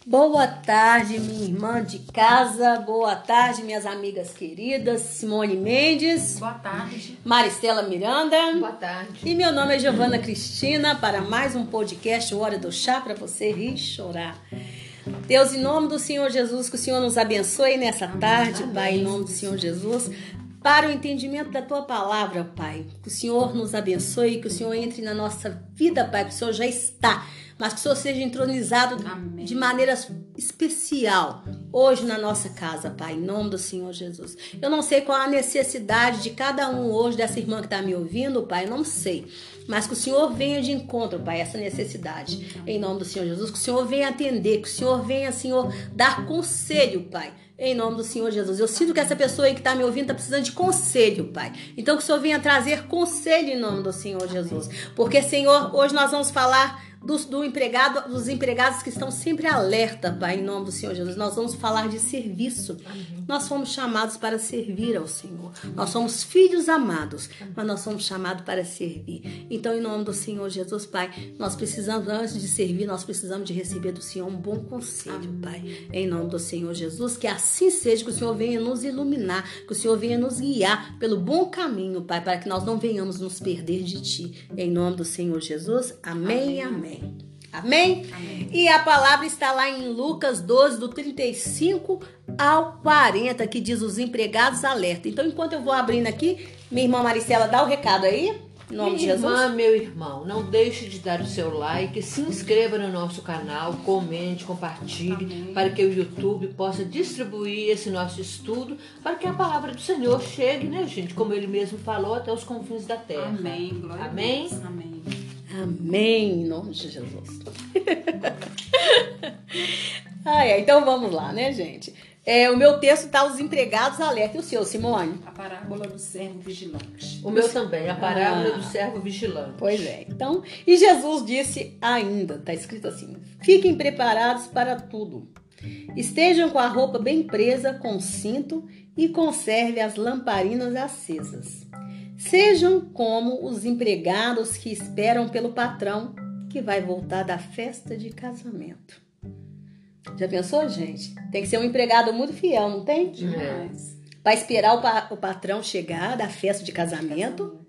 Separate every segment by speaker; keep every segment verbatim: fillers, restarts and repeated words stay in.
Speaker 1: Boa tarde, minha irmã de casa. Boa tarde, minhas amigas queridas. Simone Mendes.
Speaker 2: Boa tarde.
Speaker 1: Maristela Miranda.
Speaker 2: Boa tarde.
Speaker 1: E meu nome é Giovana Cristina para mais um podcast Hora do Chá para você rir e chorar. Deus, em nome do Senhor Jesus, que o Senhor nos abençoe nessa Amém. tarde, Amém. Pai, em nome do Senhor Jesus, para o entendimento da Tua palavra, Pai. Que o Senhor nos abençoe, que o Senhor entre na nossa vida, Pai, que o Senhor já está, mas que o Senhor seja entronizado Amém. de maneira especial hoje na nossa casa, Pai, em nome do Senhor Jesus. Eu não sei qual a necessidade de cada um hoje, dessa irmã que está me ouvindo, Pai, eu não sei. Mas que o Senhor venha de encontro, Pai, essa necessidade, em nome do Senhor Jesus. Que o Senhor venha atender, que o Senhor venha, Senhor, dar conselho, Pai, em nome do Senhor Jesus. Eu sinto que essa pessoa aí que está me ouvindo está precisando de conselho, Pai. Então que o Senhor venha trazer conselho em nome do Senhor Jesus. Porque, Senhor, hoje nós vamos falar Dos, do empregado, dos empregados que estão sempre alerta, Pai, em nome do Senhor Jesus. Nós vamos falar de serviço. Amém. Nós fomos chamados para servir ao Senhor. Amém. Nós somos filhos amados, Amém. mas nós somos chamados para servir. Então, em nome do Senhor Jesus, Pai, nós precisamos, antes de servir, nós precisamos de receber do Senhor um bom conselho, Amém. Pai. Em nome do Senhor Jesus, que assim seja, que o Senhor venha nos iluminar, que o Senhor venha nos guiar pelo bom caminho, Pai, para que nós não venhamos nos perder de Ti. Em nome do Senhor Jesus, amém, amém. amém. Amém. Amém? Amém. E a palavra está lá em Lucas doze, do trinta e cinco ao quarenta, que diz os empregados alerta. Então, enquanto eu vou abrindo aqui, minha irmã Maristela, dá o recado aí, em nome
Speaker 2: minha
Speaker 1: de Jesus.
Speaker 2: Irmã, meu irmão, não deixe de dar o seu like, se inscreva no nosso canal, comente, compartilhe, Amém. para que o YouTube possa distribuir esse nosso estudo, para que a palavra do Senhor chegue, né, gente? Como ele mesmo falou, até os confins da terra.
Speaker 3: Amém. Glória
Speaker 2: Amém?
Speaker 3: a Deus. Amém.
Speaker 1: Amém, em nome de Jesus. ai, ai, então vamos lá, né, gente? É, o meu texto está os empregados alerta. E o seu, Simone?
Speaker 3: A parábola do servo vigilante.
Speaker 2: O meu também, a parábola
Speaker 1: ah,
Speaker 2: do servo vigilante.
Speaker 1: Pois é. Então, e Jesus disse ainda, está escrito assim: fiquem preparados para tudo. Estejam com a roupa bem presa, com cinto, e conserve as lamparinas acesas. Sejam como os empregados que esperam pelo patrão que vai voltar da festa de casamento. Já pensou, gente? Tem que ser um empregado muito fiel, não tem?
Speaker 2: Demais.
Speaker 1: Para esperar o, pa- o patrão chegar da festa de casamento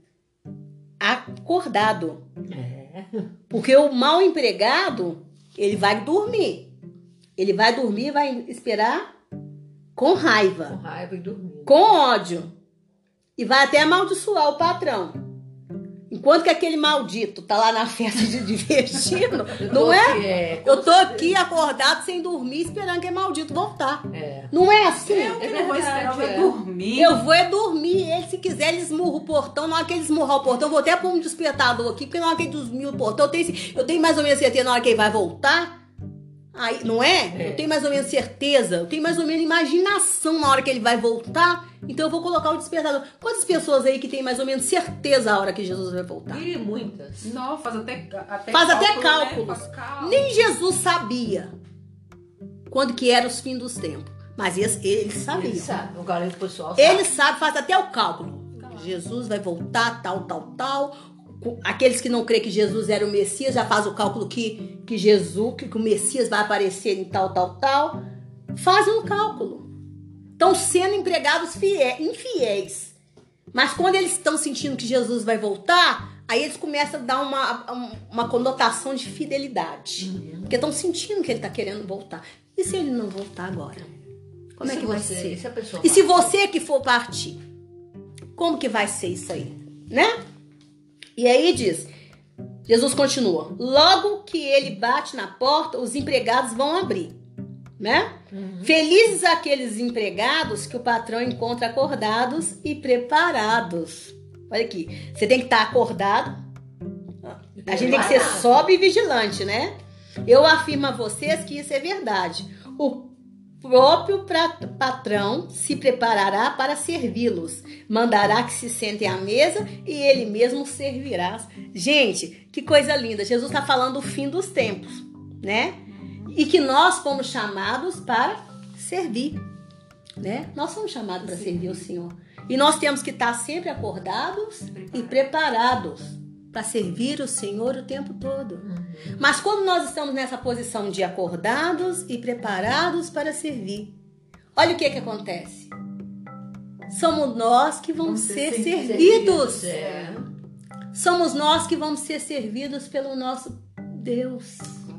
Speaker 1: acordado.
Speaker 2: É.
Speaker 1: Porque o mau empregado, ele vai dormir. Ele vai dormir e vai esperar com raiva.
Speaker 2: Com raiva e dormindo.
Speaker 1: Com ódio. E vai até amaldiçoar o patrão. Enquanto que aquele maldito tá lá na festa de divertindo, não é?
Speaker 2: é
Speaker 1: Eu tô aqui acordado sem dormir, esperando aquele maldito voltar.
Speaker 2: É.
Speaker 1: Não é assim?
Speaker 3: Eu que
Speaker 2: É
Speaker 3: não vou
Speaker 2: verdade,
Speaker 3: esperar, eu vou
Speaker 2: é.
Speaker 3: dormir.
Speaker 1: Eu vou é dormir. Ele, se quiser, ele esmurra o portão. Na hora que ele esmurrar o portão, eu vou até pôr um despertador aqui, porque na hora que ele desmurra o portão, eu tenho, eu tenho mais ou menos certeza na hora que ele vai voltar. Aí, não é?
Speaker 2: É.
Speaker 1: Eu tenho mais ou menos certeza, eu tenho mais ou menos imaginação na hora que ele vai voltar, então eu vou colocar o despertador. Quantas pessoas aí que tem mais ou menos certeza a hora que Jesus vai voltar?
Speaker 2: E muitas.
Speaker 3: Não, faz até, até
Speaker 1: Faz até
Speaker 3: cálculo,
Speaker 1: cálculos.
Speaker 3: Né? Faz cálculo.
Speaker 1: Nem Jesus sabia quando que eram os fins dos tempos, mas eles, eles sabiam.
Speaker 2: Ele sabe. Agora o pessoal sabe.
Speaker 1: Ele sabe, faz até o cálculo. Jesus vai voltar, tal, tal, tal. Aqueles que não creem que Jesus era o Messias já faz o cálculo que, que Jesus, que, que o Messias vai aparecer em tal, tal, tal. Fazem um cálculo. Estão sendo empregados fiéis, infiéis. Mas quando eles estão sentindo que Jesus vai voltar, aí eles começam a dar uma, uma conotação de fidelidade. Uhum. Porque estão sentindo que ele está querendo voltar. E se ele não voltar agora? Como
Speaker 2: e
Speaker 1: é que vai
Speaker 2: você,
Speaker 1: ser?
Speaker 2: E se, a pessoa
Speaker 1: e se
Speaker 2: partir?
Speaker 1: você que for partir? Como que vai ser isso aí? Né? E aí diz, Jesus continua, logo que ele bate na porta, os empregados vão abrir, né? Uhum. Felizes aqueles empregados que o patrão encontra acordados e preparados. Olha aqui, você tem que estar acordado, a gente tem que ser sóbrio e vigilante, né? Eu afirmo a vocês que isso é verdade. O próprio patrão se preparará para servi-los, mandará que se sentem à mesa e ele mesmo servirá. Gente, que coisa linda. Jesus está falando do fim dos tempos, né? E que nós fomos chamados para servir, né? Nós somos chamados para servir o Senhor. E nós temos que estar sempre acordados e preparados para servir o Senhor o tempo todo. Uhum. Mas quando nós estamos nessa posição de acordados e preparados para servir, olha o que que acontece. Somos nós que vamos, vamos ser, ser servidos. servidos. É. Somos nós que vamos ser servidos pelo nosso Deus.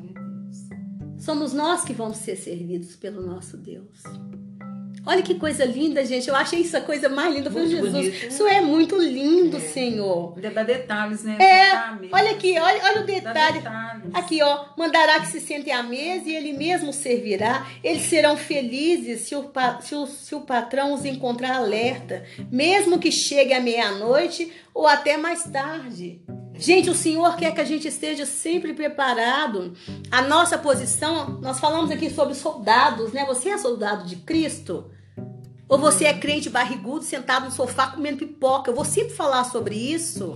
Speaker 1: Somos nós que vamos ser servidos pelo nosso Deus. Olha que coisa linda, gente. Eu achei isso a coisa mais linda. Foi Jesus. Bonito, né? Isso é muito lindo, é. Senhor.
Speaker 3: Ainda dá detalhes, né?
Speaker 1: É. Olha aqui, olha, olha o detalhe. Aqui, ó. Mandará que se sentem à mesa e ele mesmo servirá. Eles serão felizes se o, se o, se o patrão os encontrar alerta, mesmo que chegue à meia-noite ou até mais tarde. Gente, o Senhor quer que a gente esteja sempre preparado. A nossa posição, nós falamos aqui sobre soldados, né? Você é soldado de Cristo? Ou você é crente barrigudo, sentado no sofá comendo pipoca? Eu vou sempre falar sobre isso.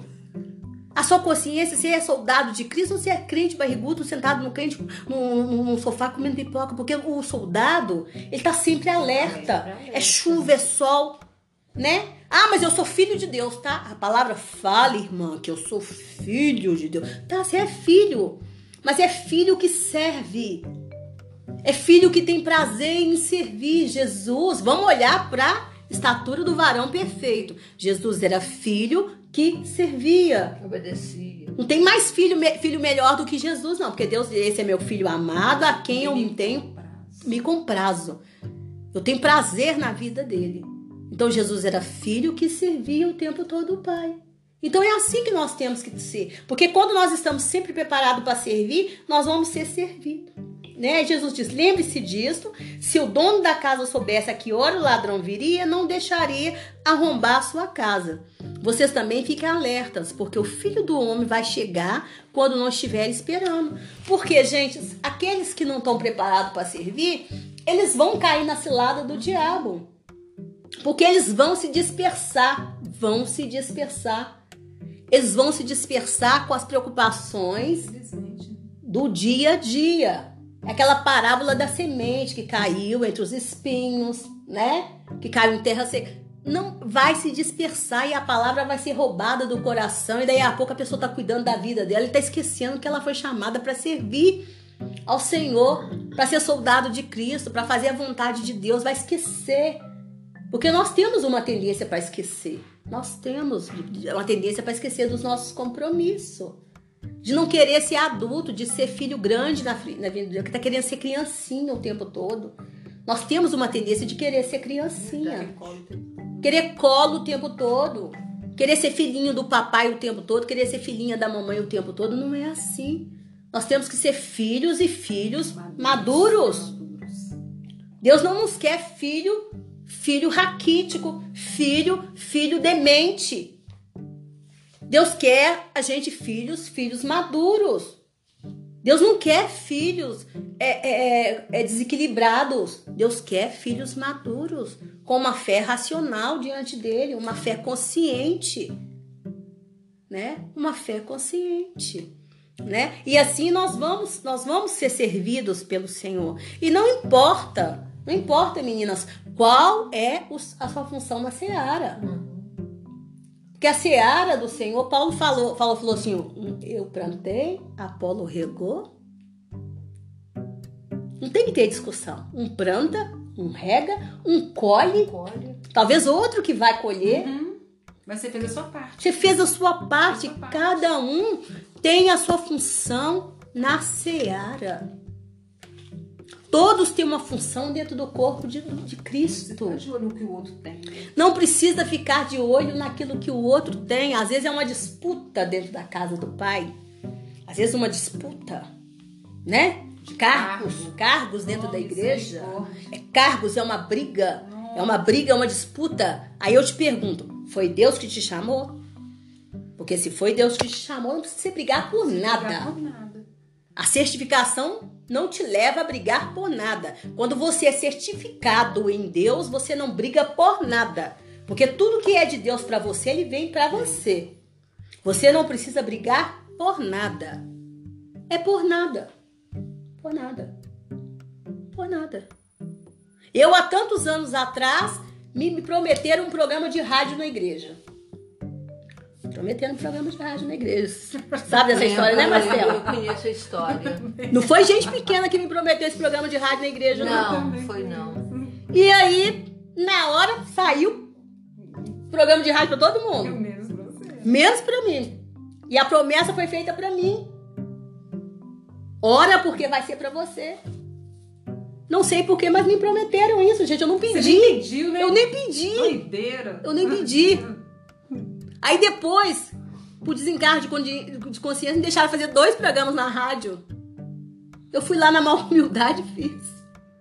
Speaker 1: A sua consciência, você é soldado de Cristo ou você é crente barrigudo, sentado no, crente, no, no, no sofá comendo pipoca? Porque o soldado, ele tá sempre alerta. É chuva, é sol, né? Ah, mas eu sou filho de Deus, tá? A palavra fala, irmã, que eu sou filho de Deus. Tá, você é filho, mas é filho que serve. É filho que tem prazer em servir. Jesus, vamos olhar para a estatura do varão perfeito. Jesus era filho que servia.
Speaker 2: Obedecia.
Speaker 1: Não tem mais filho, filho melhor do que Jesus, não. Porque Deus, esse é meu filho amado, a quem eu tenho, me comprazo. Eu tenho prazer na vida dele. Então Jesus era filho que servia o tempo todo o Pai. Então é assim que nós temos que ser. Porque quando nós estamos sempre preparados para servir, nós vamos ser servidos. Né? Jesus diz, lembre-se disso, se o dono da casa soubesse a que hora o ladrão viria, não deixaria arrombar a sua casa. Vocês também fiquem alertas, porque o Filho do Homem vai chegar quando não estiver esperando. Porque, gente, aqueles que não estão preparados para servir, eles vão cair na cilada do diabo. Porque eles vão se dispersar, vão se dispersar. Eles vão se dispersar com as preocupações do dia a dia. Aquela parábola da semente que caiu entre os espinhos, né? Que caiu em terra seca. Não vai se dispersar e a palavra vai ser roubada do coração. E daí a pouco a pessoa está cuidando da vida dela e está esquecendo que ela foi chamada para servir ao Senhor, para ser soldado de Cristo, para fazer a vontade de Deus. Vai esquecer. Porque nós temos uma tendência para esquecer. Nós temos uma tendência para esquecer dos nossos compromissos. De não querer ser adulto, de ser filho grande na, na vida de Deus, que está querendo ser criancinha o tempo todo. Nós temos uma tendência de querer ser criancinha. Querer colo o tempo todo. Querer ser filhinho do papai o tempo todo. Querer ser filhinha da mamãe o tempo todo. Não é assim. Nós temos que ser filhos e filhos maduros. Deus não nos quer filho, filho raquítico, filho, filho demente. Deus quer a gente filhos, filhos maduros. Deus não quer filhos é, é, é, desequilibrados. Deus quer filhos maduros, com uma fé racional diante dele, uma fé consciente, né? Uma fé consciente, né? E assim nós vamos, nós vamos ser servidos pelo Senhor. E não importa, não importa, meninas, qual é a sua função na seara. Porque a seara do Senhor, Paulo falou, falou, falou assim, eu plantei, Apolo regou. Não tem que ter discussão. Um planta, um rega, um colhe. colhe. Talvez outro que vai colher.
Speaker 3: Uhum. Mas você fez a sua parte.
Speaker 1: Você fez a sua parte. A sua parte. Cada um tem a sua função na seara. Todos têm uma função dentro do corpo de, de Cristo.
Speaker 3: Você tá de olho no que o outro tem.
Speaker 1: Não precisa ficar de olho naquilo que o outro tem. Às vezes é uma disputa dentro da casa do pai. Às vezes uma disputa, né? De cargos, cargos, cargos dentro da igreja. É cargos, é uma briga. É uma briga, é uma disputa. Aí eu te pergunto, foi Deus que te chamou? Porque se foi Deus que te chamou, não precisa brigar por nada.
Speaker 3: Brigar por nada.
Speaker 1: A certificação não te leva a brigar por nada. Quando você é certificado em Deus, você não briga por nada. Porque tudo que é de Deus para você, ele vem para você. Você não precisa brigar por nada. É por nada. Por nada. Por nada. Eu, há tantos anos atrás, me, me prometeram um programa de rádio na igreja. prometendo programa de rádio na igreja. Sabe dessa história, né, Marcelo?
Speaker 2: Eu conheço a história.
Speaker 1: Não foi gente pequena que me prometeu esse programa de rádio na igreja, não.
Speaker 2: Não, foi não.
Speaker 1: E aí, na hora, saiu programa de rádio pra todo
Speaker 3: Eu
Speaker 1: mundo.
Speaker 3: menos pra você.
Speaker 1: Menos pra mim. E a promessa foi feita pra mim. Ora, porque vai ser pra você. Não sei porquê, mas me prometeram isso, gente. Eu não
Speaker 3: Você
Speaker 1: pedi.
Speaker 3: nem pediu, né?
Speaker 1: Eu nem pedi.
Speaker 3: Doideira.
Speaker 1: Eu nem pedi. Aí depois, por desencargo de condi- de consciência, me deixaram fazer dois programas na rádio. Eu fui lá na maior humildade e fiz.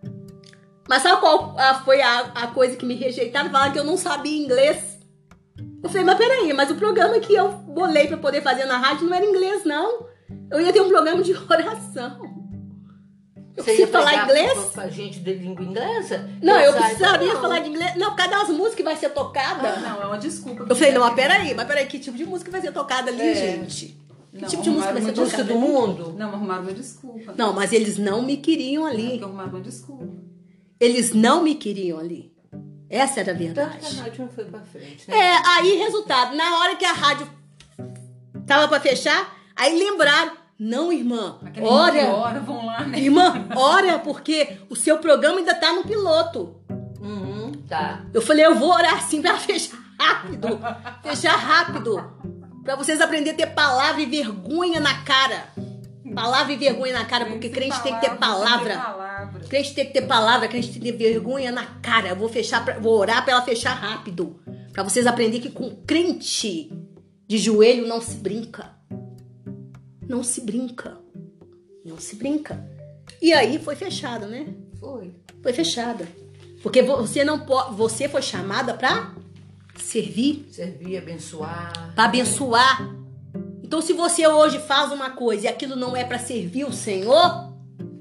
Speaker 1: Mas sabe qual a- foi a, a coisa que me rejeitaram? Falaram que eu não sabia inglês. Eu falei, mas peraí, mas o programa que eu bolei pra poder fazer na rádio não era inglês, não. Eu ia ter um programa de oração. Eu
Speaker 2: Você ia
Speaker 1: preciso falar
Speaker 2: pregar
Speaker 1: inglês?
Speaker 2: Pra, pra gente de língua inglesa?
Speaker 1: Não, eu
Speaker 2: saiba,
Speaker 1: precisaria
Speaker 2: não.
Speaker 1: falar de inglês. Não, por causa das músicas que vai ser tocada.
Speaker 3: Não, é uma desculpa.
Speaker 1: Eu falei, não, mas peraí, mas peraí, que tipo de música vai ser tocada ali,
Speaker 2: É.
Speaker 1: gente? Que
Speaker 3: Não,
Speaker 1: tipo de música vai ser
Speaker 3: arrumaram uma
Speaker 2: Música
Speaker 1: tocada
Speaker 2: do
Speaker 1: ali?
Speaker 2: mundo?
Speaker 3: Não, arrumaram uma desculpa.
Speaker 1: Não, mas eles não me queriam ali.
Speaker 3: Porque arrumaram uma desculpa.
Speaker 1: Eles não me queriam ali. Essa era a
Speaker 2: Tanto que
Speaker 1: verdade.
Speaker 2: a rádio não foi pra frente, né?
Speaker 1: É, aí, resultado, na hora que a rádio tava pra fechar, aí lembraram, não, irmã,
Speaker 3: Aquele
Speaker 1: ora,
Speaker 3: hora, vão lá, né?
Speaker 1: irmã, ora, porque o seu programa ainda tá no piloto.
Speaker 2: Uhum, tá.
Speaker 1: Eu falei, eu vou orar assim pra fechar rápido, fechar rápido, pra vocês aprenderem a ter palavra e vergonha na cara. Palavra e vergonha na cara, porque crente tem que ter palavra.
Speaker 3: palavra.
Speaker 1: Crente tem que ter palavra, crente tem que ter vergonha na cara. Eu vou fechar, pra- vou orar pra ela fechar rápido. Pra vocês aprenderem que com crente de joelho não se brinca. Não se brinca. Não se brinca. E aí foi fechada, né?
Speaker 2: Foi.
Speaker 1: Foi fechada. Porque você não pode, você foi chamada pra servir,
Speaker 2: Servir, abençoar.
Speaker 1: pra abençoar. Então, se você hoje faz uma coisa e aquilo não é pra servir o Senhor,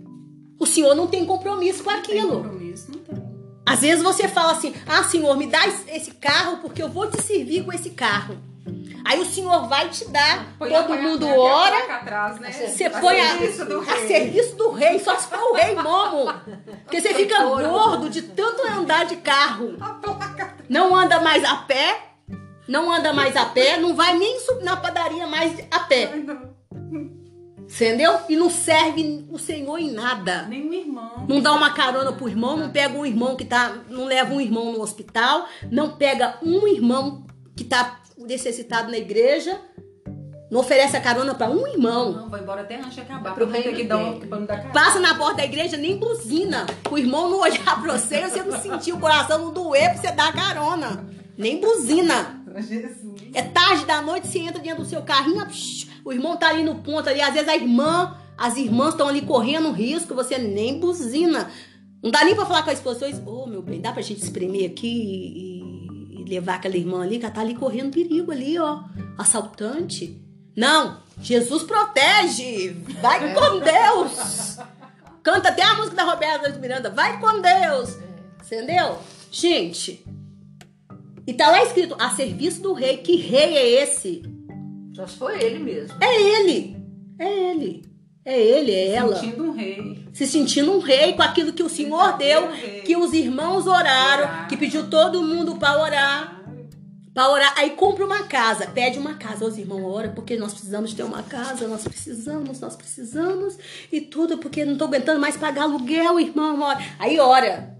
Speaker 1: o Senhor não tem compromisso com
Speaker 3: Tem
Speaker 1: aquilo.
Speaker 3: compromisso, não tem.
Speaker 1: Às vezes você fala assim, ah, Senhor, me dá esse carro porque eu vou te servir com esse carro. Aí o Senhor vai te dar,
Speaker 3: Põe a-
Speaker 1: todo
Speaker 3: põe a-
Speaker 1: mundo
Speaker 3: põe a
Speaker 1: ora,
Speaker 3: placa atrás, né?
Speaker 1: você
Speaker 3: A
Speaker 1: põe a,
Speaker 3: serviço do
Speaker 1: a
Speaker 3: rei.
Speaker 1: serviço do rei, só se for o rei momo. Porque você fica
Speaker 2: Ouro.
Speaker 1: gordo de tanto andar de carro.
Speaker 3: A placa.
Speaker 1: Não anda mais a pé, não anda mais a pé, não vai nem subir na padaria mais a pé.
Speaker 3: Ai, não.
Speaker 1: Entendeu? E não serve o Senhor em nada.
Speaker 3: Nem um irmão.
Speaker 1: Não dá uma carona pro irmão, não pega um irmão que tá. Não leva um irmão no hospital, não pega um irmão que tá necessitado na igreja, não oferece a carona pra um irmão.
Speaker 3: Não, vai embora até antes de acabar.
Speaker 2: Pro
Speaker 3: Pra não ter
Speaker 2: reino
Speaker 3: que dar um,
Speaker 2: dele.
Speaker 3: pra não dar carona.
Speaker 1: Passa na porta da igreja, nem buzina. O irmão não olhar pra você, você não sentir o coração não doer pra você dar a carona. Nem buzina.
Speaker 3: Jesus.
Speaker 1: É tarde da noite, você entra dentro do seu carrinho, psh, o irmão tá ali no ponto ali, às vezes a irmã, as irmãs estão ali correndo um risco, você nem buzina. Não dá nem pra falar com a esposa, ô meu bem, dá pra gente espremer aqui e, e levar aquela irmã ali, que ela tá ali correndo perigo ali, ó, assaltante. Não, Jesus protege, vai com Deus. Canta até a música da Roberta de Miranda, vai com Deus, entendeu? Gente... E tá lá escrito, a serviço do rei. Que rei é esse?
Speaker 2: Só se for ele mesmo.
Speaker 1: É ele. É ele. É ele, é ela.
Speaker 3: Sentindo um rei.
Speaker 1: Se sentindo um rei com aquilo que o Senhor deu, que os irmãos oraram,
Speaker 3: Oraram.
Speaker 1: que pediu todo mundo pra orar. Pra orar. Aí compra uma casa, pede uma casa. Os irmãos oram porque nós precisamos ter uma casa, nós precisamos, nós precisamos. E tudo porque não tô aguentando mais pagar aluguel, irmão. Ora. Aí ora.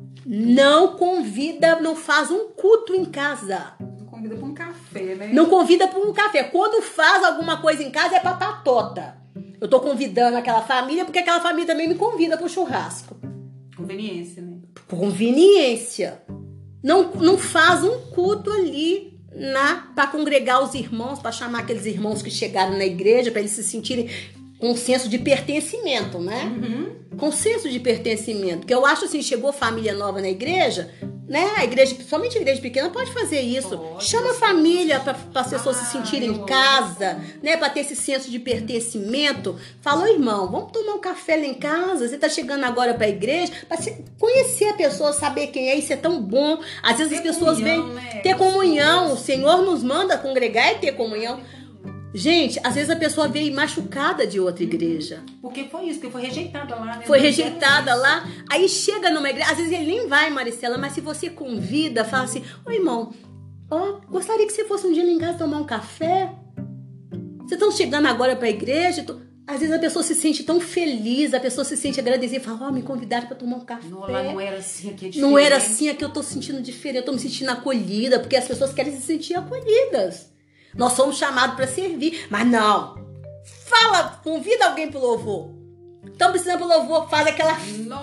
Speaker 1: Não convida, não faz um culto em casa.
Speaker 3: Não convida pra um café, né?
Speaker 1: Não convida para um café. Quando faz alguma coisa em casa é pra patota. Eu tô convidando aquela família porque aquela família também me convida pro churrasco.
Speaker 3: Conveniência, né?
Speaker 1: Por conveniência. Não, não faz um culto ali na para congregar os irmãos, para chamar aqueles irmãos que chegaram na igreja, para eles se sentirem com um senso de pertencimento, né?
Speaker 3: Uhum.
Speaker 1: Com senso de pertencimento. Porque eu acho assim, chegou família nova na igreja, né? A igreja, somente a igreja pequena pode fazer isso.
Speaker 3: Pode.
Speaker 1: Chama a família para as pessoas
Speaker 3: Ah,
Speaker 1: se sentirem
Speaker 3: eu
Speaker 1: em
Speaker 3: amo.
Speaker 1: casa, né? Para ter esse senso de pertencimento. Falou, irmão, vamos tomar um café lá em casa. Você tá chegando agora para a igreja, para conhecer a pessoa, saber quem é, isso é tão bom. Às vezes as
Speaker 3: Ter
Speaker 1: pessoas
Speaker 3: comunhão,
Speaker 1: vêm
Speaker 3: né?
Speaker 1: ter comunhão. O
Speaker 3: Gostoso.
Speaker 1: Senhor nos manda congregar e ter comunhão. Gente, às vezes a pessoa veio machucada de outra igreja.
Speaker 3: Porque foi isso, porque foi rejeitada lá, né?
Speaker 1: Foi
Speaker 3: Não
Speaker 1: rejeitada
Speaker 3: quero
Speaker 1: lá, aí chega numa igreja, às vezes ele nem vai, Maricela, mas se você convida, fala assim, ô irmão, Ó, gostaria que você fosse um dia lá em casa tomar um café. Vocês estão chegando agora para a igreja. Tô... Às vezes a pessoa se sente tão feliz, a pessoa se sente agradecida e fala, ó, oh, me convidaram para tomar um café.
Speaker 3: Não, lá não era assim, aqui é diferente.
Speaker 1: Não era assim, aqui eu tô sentindo diferente, eu tô me sentindo acolhida, porque as pessoas querem se sentir acolhidas. Nós somos chamados para servir, mas não. Fala, convida alguém pro louvor. Estão precisando pro louvor, faz aquela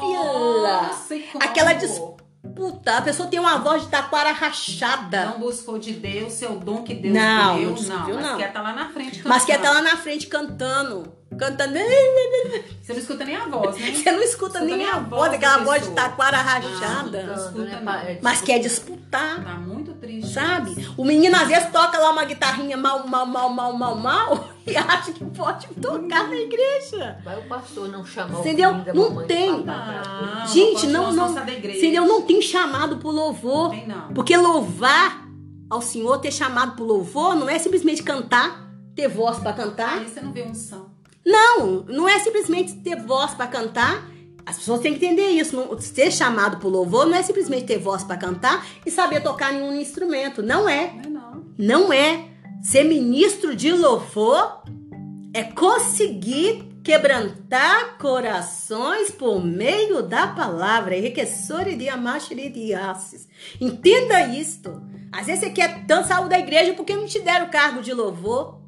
Speaker 3: Nossa,
Speaker 1: fila, aquela disputa. A pessoa tem uma voz de taquara rachada.
Speaker 3: Não buscou de Deus, seu dom que Deus
Speaker 1: não,
Speaker 3: deu.
Speaker 1: Não, descobriu,
Speaker 3: não, mas
Speaker 1: não.
Speaker 3: quer estar lá na frente cantando.
Speaker 1: Mas quer estar lá na frente cantando. Cantando.
Speaker 3: Você não escuta nem a voz, né?
Speaker 1: Você não escuta, escuta nem, nem a voz, aquela voz de taquara rachada.
Speaker 3: Não, não escuta, não. É,
Speaker 1: mas quer disputar.
Speaker 3: Tá muito triste.
Speaker 1: Sabe? Isso. O menino às vezes toca lá uma guitarrinha mal, mal, mal, mal, mal, mal e acha que pode tocar hum. na igreja.
Speaker 2: Vai o pastor não chamar
Speaker 1: entendeu?
Speaker 2: o
Speaker 1: Não tem.
Speaker 3: Não,
Speaker 1: gente,
Speaker 3: não,
Speaker 1: não, não, entendeu? Não tem chamado pro louvor.
Speaker 3: Tem não.
Speaker 1: Porque louvar ao Senhor, ter chamado pro louvor, não é simplesmente cantar, ter voz para cantar.
Speaker 3: Aí você não vê unção.
Speaker 1: Não, não é simplesmente ter voz para cantar. As pessoas têm que entender isso. Não, ser chamado pro louvor não é simplesmente ter voz para cantar e saber tocar nenhum instrumento. Não é.
Speaker 3: Não é não.
Speaker 1: Não é. Ser ministro de louvor é conseguir quebrantar corações por meio da palavra. Enriquecedor de amashiri de assis. Entenda isto. Às vezes você quer tanto saúde da igreja porque não te deram o cargo de louvor,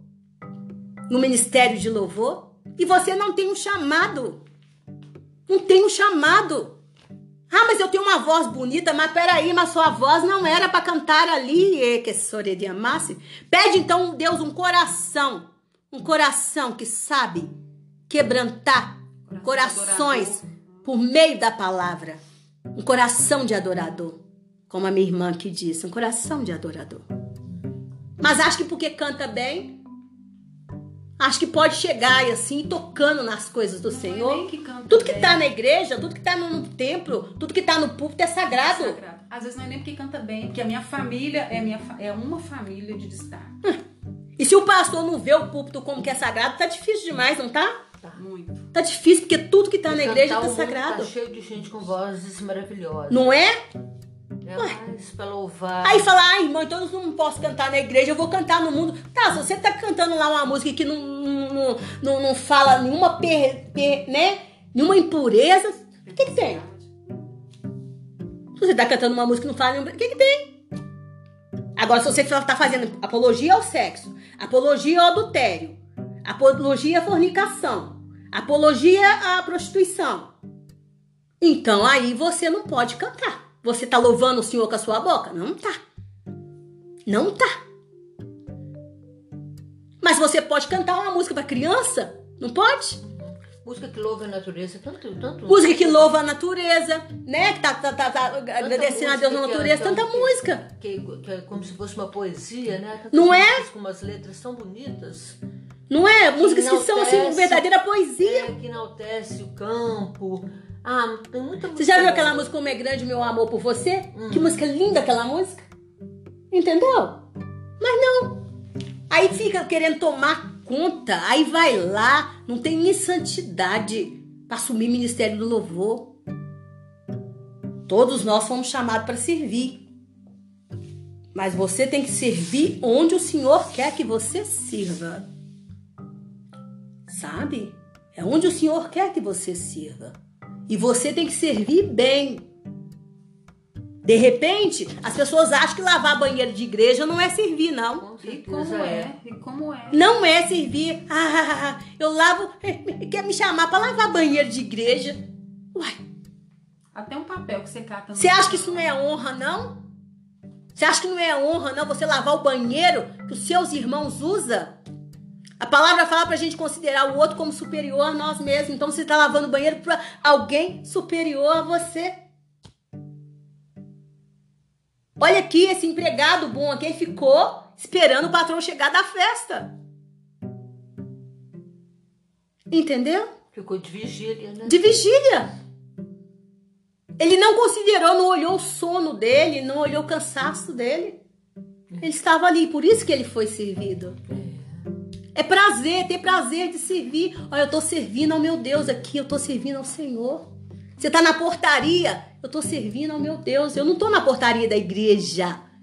Speaker 1: no ministério de louvor, e você não tem um chamado. Não tem um chamado. Ah, mas eu tenho uma voz bonita, mas peraí, mas sua voz não era para cantar ali. Que sore de amasse. Pede então, Deus, um coração. Um coração que sabe quebrantar coração corações adorador. Por meio da palavra. Um coração de adorador. Como a minha irmã que disse, um coração de adorador. Mas acho que porque canta bem, acho que pode chegar e assim, tocando nas coisas do
Speaker 3: não
Speaker 1: Senhor.
Speaker 3: É que
Speaker 1: tudo que
Speaker 3: bem.
Speaker 1: Tá na igreja, tudo que tá no templo, tudo que tá no púlpito é sagrado.
Speaker 3: É sagrado. Às vezes não é nem porque canta bem, porque a minha família é, minha, é uma família de destaque.
Speaker 1: E se o pastor não vê o púlpito como que é sagrado, tá difícil demais, não tá?
Speaker 3: Tá muito.
Speaker 1: Tá difícil, porque tudo que tá e na igreja tá sagrado.
Speaker 2: Tá cheio de gente com vozes maravilhosas.
Speaker 1: Não é?
Speaker 2: É mais pra louvar.
Speaker 1: Aí fala, ai, irmão, então eu não posso cantar na igreja, eu vou cantar no mundo. Tá, se você tá cantando lá uma música que não, não, não, não fala nenhuma, per, per, né? nenhuma impureza, o que que tem? Se você tá cantando uma música que não fala nenhuma, o que que tem? Agora, se você tá fazendo apologia ao sexo, apologia ao adultério, apologia à fornicação, apologia à prostituição, então aí você não pode cantar. Você tá louvando o Senhor com a sua boca? Não tá. Não tá. Mas você pode cantar uma música para criança? Não pode?
Speaker 2: Música que louva a natureza, tanto, tanto.
Speaker 1: Música que louva a natureza, né? Que tá, tá, tá, tá agradecendo a Deus na natureza, tanta
Speaker 2: que,
Speaker 1: música.
Speaker 2: Que, que é como se fosse uma poesia, né? Tantas
Speaker 1: não é?
Speaker 2: Com umas letras tão bonitas.
Speaker 1: Não é? Músicas que, que são assim, verdadeira poesia.
Speaker 2: É, que enaltece o campo. Ah, tem muita música.
Speaker 1: Você já viu boa. Aquela música Como é Grande Meu Amor por Você? Hum. Que música linda aquela música. Entendeu? Mas não. Aí fica querendo tomar conta. Aí vai lá. Não tem nem santidade para assumir o ministério do louvor. Todos nós fomos chamados para servir. Mas você tem que servir onde o Senhor quer que você sirva. Sabe? É onde o Senhor quer que você sirva. E você tem que servir bem. De repente, as pessoas acham que lavar banheiro de igreja não é servir, não.
Speaker 3: E como é? E como é?
Speaker 1: Não é servir. Ah, eu lavo... Quer me chamar para lavar banheiro de igreja? Uai.
Speaker 3: Até um papel que você cata.
Speaker 1: Você acha que isso não é honra, não? Você acha que não é honra, não? Você lavar o banheiro que os seus irmãos usam? A palavra fala pra gente considerar o outro como superior a nós mesmos. Então você tá lavando o banheiro pra alguém superior a você. Olha aqui, esse empregado bom aqui ficou esperando o patrão chegar da festa. Entendeu?
Speaker 2: Ficou de vigília, né?
Speaker 1: De vigília. Ele não considerou, não olhou o sono dele, não olhou o cansaço dele. Ele estava ali, por isso que ele foi servido. É prazer, ter prazer de servir. Olha, eu estou servindo ao meu Deus aqui, eu estou servindo ao Senhor. Você está na portaria, eu estou servindo ao meu Deus. Eu não estou na portaria da igreja.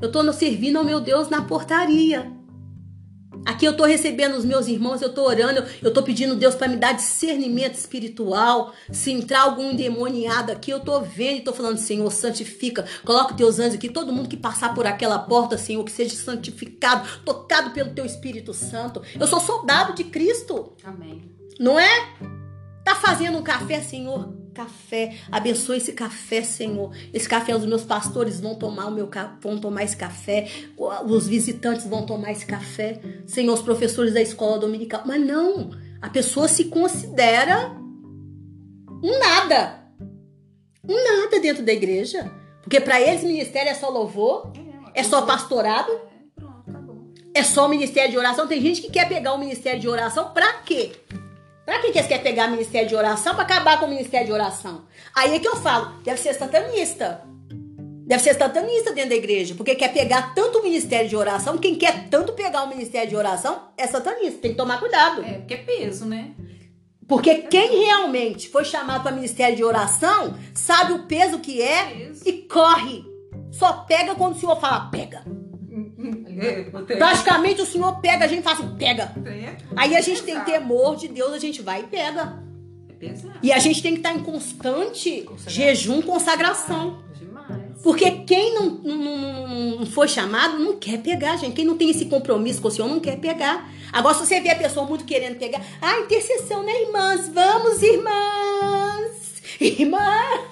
Speaker 1: Eu estou servindo ao meu Deus na portaria. Aqui eu estou recebendo os meus irmãos, eu estou orando, eu estou pedindo Deus para me dar discernimento espiritual. Se entrar algum endemoniado aqui, eu estou vendo e estou falando, Senhor, santifica. Coloca os teus anjos aqui, todo mundo que passar por aquela porta, Senhor, que seja santificado, tocado pelo teu Espírito Santo. Eu sou soldado de Cristo.
Speaker 3: Amém.
Speaker 1: Não é? Tá fazendo um café, Senhor? Café. Abençoe esse café, Senhor. Esse café, os meus pastores vão tomar o meu vão tomar esse café. Os visitantes vão tomar esse café. Senhor, os professores da escola dominical. Mas não. A pessoa se considera um nada. Um nada dentro da igreja. Porque para eles ministério é só louvor. É, é só pastorado.
Speaker 3: É, pronto, acabou.
Speaker 1: É só ministério de oração. Tem gente que quer pegar o ministério de oração pra quê? Pra que eles querem pegar o ministério de oração? Pra acabar com o ministério de oração. Aí é que eu falo, deve ser satanista. Deve ser satanista dentro da igreja. Porque quer pegar tanto o ministério de oração. Quem quer tanto pegar o ministério de oração é satanista. Tem que tomar cuidado.
Speaker 3: É, porque é peso, né?
Speaker 1: Porque quem realmente foi chamado para ministério de oração sabe o peso que é
Speaker 3: Peso.
Speaker 1: e corre. Só pega quando o Senhor fala, pega. Praticamente o Senhor pega, a gente fala assim, pega. Aí a gente tem temor de Deus, a gente vai e pega.
Speaker 3: É pesado.
Speaker 1: E a gente tem que estar em constante
Speaker 3: Consagração.
Speaker 1: jejum, consagração.
Speaker 3: Demais.
Speaker 1: Porque quem não, não, não, não foi chamado não quer pegar, gente. Quem não tem esse compromisso com o Senhor não quer pegar. Agora, se você vê a pessoa muito querendo pegar, ah, intercessão, né, irmãs? Vamos, irmãs! Irmãs!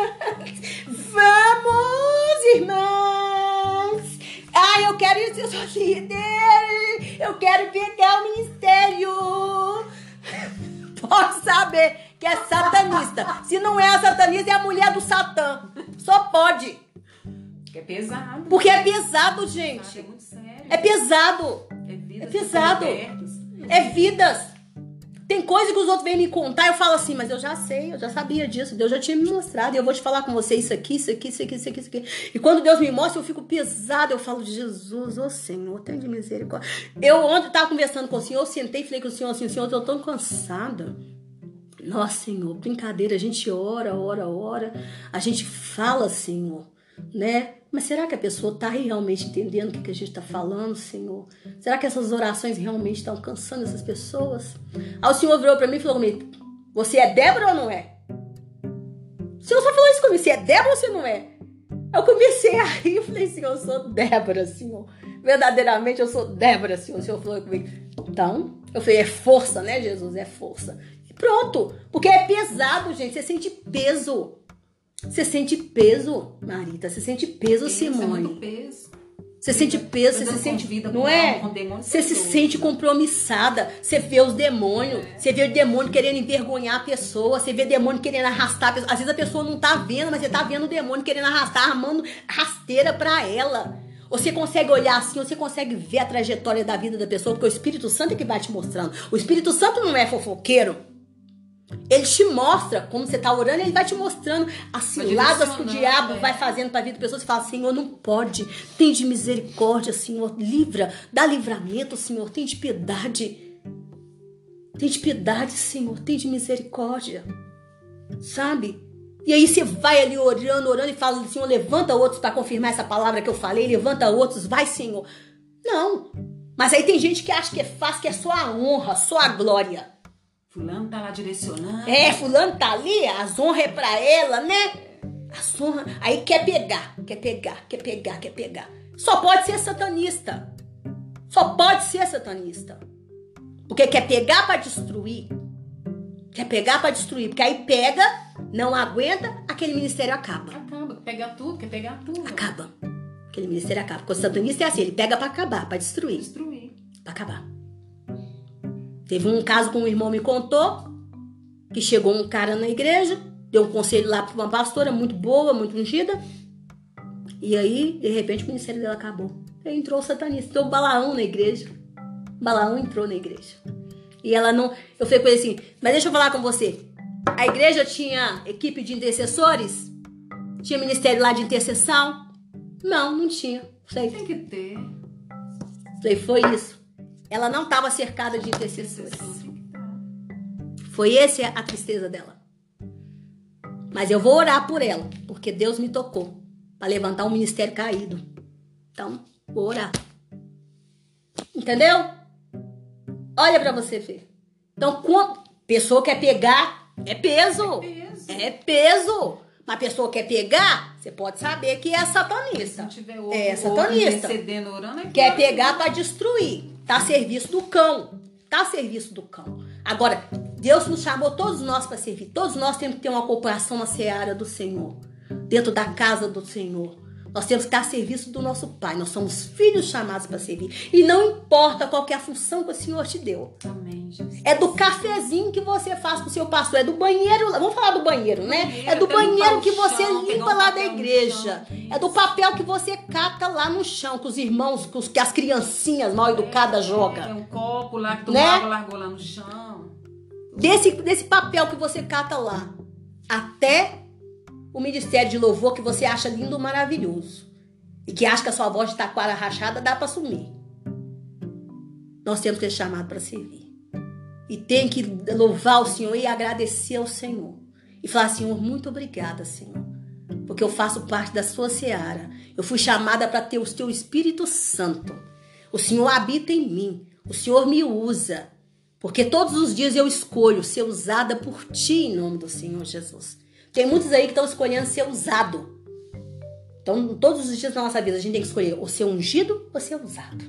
Speaker 1: Vamos, irmãs! Ah, eu quero ir, eu sou líder! Eu quero pegar o ministério! Pode saber que é satanista. Se não é a satanista, é a mulher do Satã. Só pode.
Speaker 3: Porque é pesado.
Speaker 1: Porque é pesado,
Speaker 3: É
Speaker 1: gente.
Speaker 3: muito sério.
Speaker 1: É pesado.
Speaker 3: É vida.
Speaker 1: é pesado. É vidas. Tem coisa que os outros vêm me contar, eu falo assim, mas eu já sei, eu já sabia disso, Deus já tinha me mostrado, e eu vou te falar com você isso aqui, isso aqui, isso aqui, isso aqui, isso aqui. E quando Deus me mostra, eu fico pesado, eu falo, Jesus, ô Senhor, tem de misericórdia. Eu ontem estava conversando com o Senhor, eu sentei e falei com o Senhor assim, Senhor, eu tô tão cansada. Nossa, Senhor, brincadeira, a gente ora, ora, ora, a gente fala, Senhor, né? Mas será que a pessoa está realmente entendendo o que, que a gente está falando, Senhor? Será que essas orações realmente estão alcançando essas pessoas? Aí o Senhor virou para mim e falou comigo, você é Débora ou não é? O Senhor só falou isso comigo, você é Débora ou você não é? Eu comecei a rir e falei, Senhor, eu sou Débora, Senhor. Verdadeiramente eu sou Débora, Senhor. O Senhor falou comigo. Então, eu falei, é força, né, Jesus? É força. E pronto, porque é pesado, gente, você sente peso. Você sente peso, Marita? Você sente peso,
Speaker 3: Peso,
Speaker 1: Simone?
Speaker 3: É muito peso.
Speaker 1: Você sente peso, você se sente, não é? Você se sente compromissada. Você vê os demônios, você vê o demônio querendo envergonhar a pessoa, você vê o demônio querendo arrastar a pessoa. Às vezes a pessoa não tá vendo, mas você tá vendo o demônio querendo arrastar, armando rasteira pra ela. Você consegue olhar assim, você consegue ver a trajetória da vida da pessoa, porque o Espírito Santo é que vai te mostrando. O Espírito Santo não é fofoqueiro. Ele te mostra, como você tá orando, ele vai te mostrando as ciladas que o diabo
Speaker 3: é.
Speaker 1: vai fazendo pra vida da pessoa. Você fala, Senhor, não pode. Tem de misericórdia, Senhor. Livra, dá livramento, Senhor. Tem de piedade. Tem de piedade, Senhor. Tem de misericórdia. Sabe? E aí você vai ali orando, orando e fala, Senhor, levanta outros pra confirmar essa palavra que eu falei. Levanta outros, vai, Senhor. Não. Mas aí tem gente que acha que é fácil, que é só a honra, só a glória.
Speaker 3: Fulano tá lá direcionando.
Speaker 1: É, fulano tá ali, as honras é pra ela, né? As honras. Aí quer pegar, quer pegar, quer pegar, quer pegar. Só pode ser satanista. Só pode ser satanista. Porque quer pegar pra destruir. Quer pegar pra destruir. Porque aí pega, não aguenta, aquele ministério acaba.
Speaker 3: Acaba, pega tudo, quer pegar tudo.
Speaker 1: Acaba. Aquele ministério acaba. Porque o satanista é assim, ele pega pra acabar, pra destruir.
Speaker 3: Destruir.
Speaker 1: Pra acabar. Teve um caso que um irmão me contou, que chegou um cara na igreja, deu um conselho lá para uma pastora muito boa, muito ungida, e aí, de repente, o ministério dela acabou. Aí entrou o satanista, entrou o Balaão na igreja. O Balaão entrou na igreja. E ela não... Eu falei com ele assim, mas deixa eu falar com você. A igreja tinha equipe de intercessores? Tinha ministério lá de intercessão? Não, não tinha. Falei,
Speaker 3: Tem que ter.
Speaker 1: falei, foi isso. Ela não estava cercada de intercessores.
Speaker 3: Tem que ter.
Speaker 1: Foi essa a tristeza dela. Mas eu vou orar por ela, porque Deus me tocou para levantar um ministério caído. Então, Vou orar. Entendeu? Olha pra você ver. Então, quando pessoa quer pegar, é peso.
Speaker 3: É peso.
Speaker 1: É peso. Mas a pessoa quer pegar, você pode saber que é satanista.
Speaker 3: Se não tiver outro,
Speaker 1: É
Speaker 3: outro
Speaker 1: satanista.
Speaker 3: intercedendo, orando, é
Speaker 1: Quer
Speaker 3: pior.
Speaker 1: pegar pra destruir. Tá a serviço do cão. Tá a serviço do cão. Agora, Deus nos chamou todos nós para servir. Todos nós temos que ter uma cooperação na seara do Senhor. Dentro da casa do Senhor. Nós temos que estar a serviço do nosso Pai. Nós somos filhos chamados para servir. E não importa qual que é a função que o Senhor te deu.
Speaker 3: Amém, Jesus.
Speaker 1: É do cafezinho que você faz pro seu pastor. É do banheiro. Vamos falar do banheiro, né?
Speaker 3: Banheiro,
Speaker 1: É do
Speaker 3: até limpar
Speaker 1: banheiro
Speaker 3: o
Speaker 1: que você
Speaker 3: chão, pegar
Speaker 1: limpa
Speaker 3: um
Speaker 1: lá da
Speaker 3: papel no
Speaker 1: igreja.
Speaker 3: chão.
Speaker 1: É do papel que você cata lá no chão. Que os irmãos, que, os, que as criancinhas mal educadas jogam.
Speaker 3: É um copo lá que tu
Speaker 1: Né?
Speaker 3: água largou lá no chão.
Speaker 1: Desse, desse papel que você cata lá. Até o ministério de louvor que você acha lindo, maravilhoso. E que acha que a sua voz de taquara rachada dá para sumir. Nós temos que ser chamados para servir. E tem que louvar o Senhor e agradecer ao Senhor. E falar, Senhor, muito obrigada, Senhor. Porque eu faço parte da sua seara. Eu fui chamada para ter o teu Espírito Santo. O Senhor habita em mim. O Senhor me usa. Porque todos os dias eu escolho ser usada por ti em nome do Senhor Jesus. Tem muitos aí que estão escolhendo ser usado. Então, todos os dias da nossa vida, a gente tem que escolher ou ser ungido ou ser usado.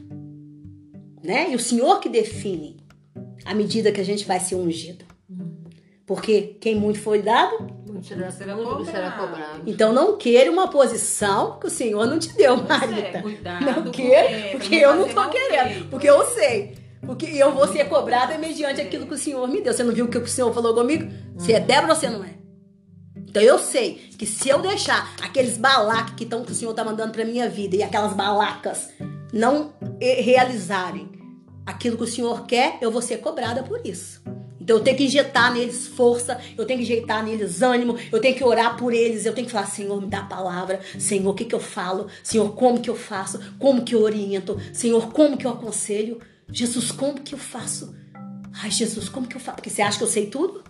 Speaker 1: Né? E o Senhor que define a medida que a gente vai ser ungido. Porque quem muito foi dado,
Speaker 2: Muito será,
Speaker 3: Será
Speaker 2: muito
Speaker 3: cobrado.
Speaker 2: será cobrado.
Speaker 1: então não queira uma posição que o Senhor não te deu, Marita.
Speaker 3: É, cuidado,
Speaker 1: Não
Speaker 3: porque-
Speaker 1: queira, porque
Speaker 3: pra
Speaker 1: eu
Speaker 3: não
Speaker 1: não
Speaker 3: fazer
Speaker 1: tô
Speaker 3: mal
Speaker 1: querendo.
Speaker 3: feito.
Speaker 1: Porque eu sei. Porque eu vou ser cobrada mediante aquilo que o Senhor me deu. Você não viu o que o Senhor falou comigo? Você é Débora ou você não é? Então eu sei que se eu deixar aqueles balacas que, tão, que o Senhor tá mandando pra minha vida e aquelas balacas não eh, realizarem aquilo que o Senhor quer, eu vou ser cobrada por isso. Então eu tenho que injetar neles força, eu tenho que injetar neles ânimo, eu tenho que orar por eles, eu tenho que falar, Senhor, me dá a palavra, Senhor, o que que eu falo? Senhor, como que eu faço? Como que eu oriento? Senhor, como que eu aconselho? Jesus, como que eu faço? Ai, Jesus, como que eu faço? Porque você acha que eu sei tudo?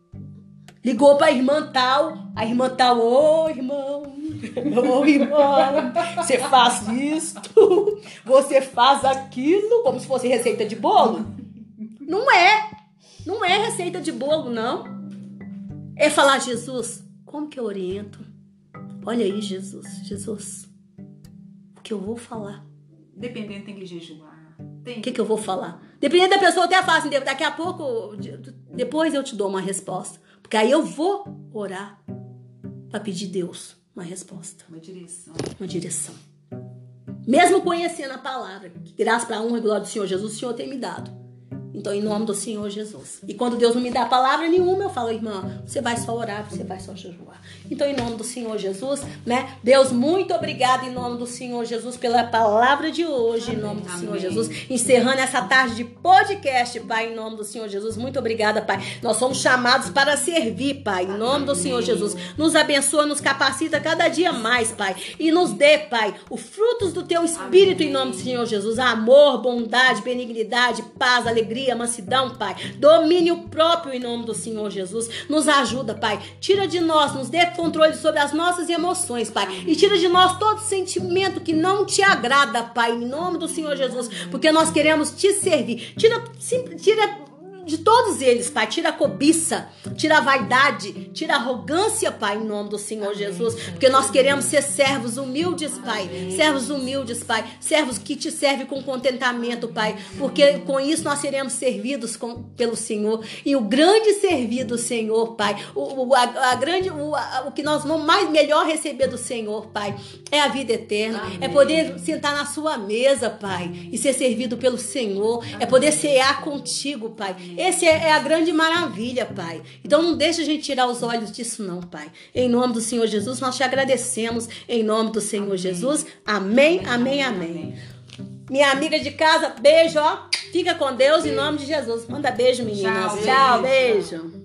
Speaker 1: Ligou pra irmã tal, a irmã tal, ô irmão, ô irmão, você faz isto, você faz aquilo, como se fosse receita de bolo. Não é, não é receita de bolo, não. É falar, Jesus, como que eu oriento? Olha aí, Jesus, Jesus, o que eu vou falar?
Speaker 3: Dependendo, tem que jejuar. Tem
Speaker 1: O que, que eu vou falar? Dependendo da pessoa, até falo assim, daqui a pouco, depois eu te dou uma resposta. Porque aí eu vou orar para pedir a Deus uma resposta,
Speaker 3: uma direção.
Speaker 1: uma direção. Mesmo conhecendo a palavra, que graças para a honra e glória do Senhor Jesus, o Senhor tem me dado. Então, em nome do Senhor Jesus. E quando Deus não me dá palavra nenhuma, eu falo, irmã, você vai só orar, você vai só jejuar. Então, em nome do Senhor Jesus, né? Deus, muito obrigado em nome do Senhor Jesus pela palavra de hoje,
Speaker 3: Amém.
Speaker 1: em nome do
Speaker 3: Amém.
Speaker 1: Senhor Jesus. Encerrando essa tarde de podcast, Pai, em nome do Senhor Jesus. Muito obrigada, Pai. Nós somos chamados para servir, Pai, em nome do Senhor Jesus. Nos abençoa, nos capacita cada dia mais, Pai. E nos dê, Pai, os frutos do Teu Espírito,
Speaker 3: Amém.
Speaker 1: em nome do Senhor Jesus. Amor, bondade, benignidade, paz, alegria, mansidão, Pai. Domínio próprio em nome do Senhor Jesus. Nos ajuda, Pai. Tira de nós, nos dê controle sobre as nossas emoções, Pai. E tira de nós todo sentimento que não te agrada, Pai, em nome do Senhor Jesus. Porque nós queremos te servir. Tira, sim, tira de todos eles, Pai. Tira a cobiça, tira a vaidade, tira a arrogância, Pai, em nome do Senhor
Speaker 3: Amém.
Speaker 1: Jesus. Porque nós queremos ser servos humildes, Pai. Amém. Servos humildes, Pai. Servos que te servem com contentamento, Pai. Porque com isso nós seremos servidos com, pelo Senhor. E o grande servir do Senhor, Pai, o, o, a, a grande, o, a, o que nós vamos mais melhor receber do Senhor, Pai, é a vida eterna. Amém. É poder sentar na sua mesa, Pai, e ser servido pelo Senhor. Amém. É poder cear contigo, Pai. Essa é a grande maravilha, Pai. Então não deixa a gente tirar os olhos disso não, Pai. Em nome do Senhor Jesus, nós te agradecemos. Em nome do Senhor amém. Jesus. Amém, amém, amém, amém, amém. Minha amiga de casa, beijo, ó. Fica com Deus beijo. Em nome de Jesus. Manda beijo, meninas. Tchau, Tchau beijo. beijo.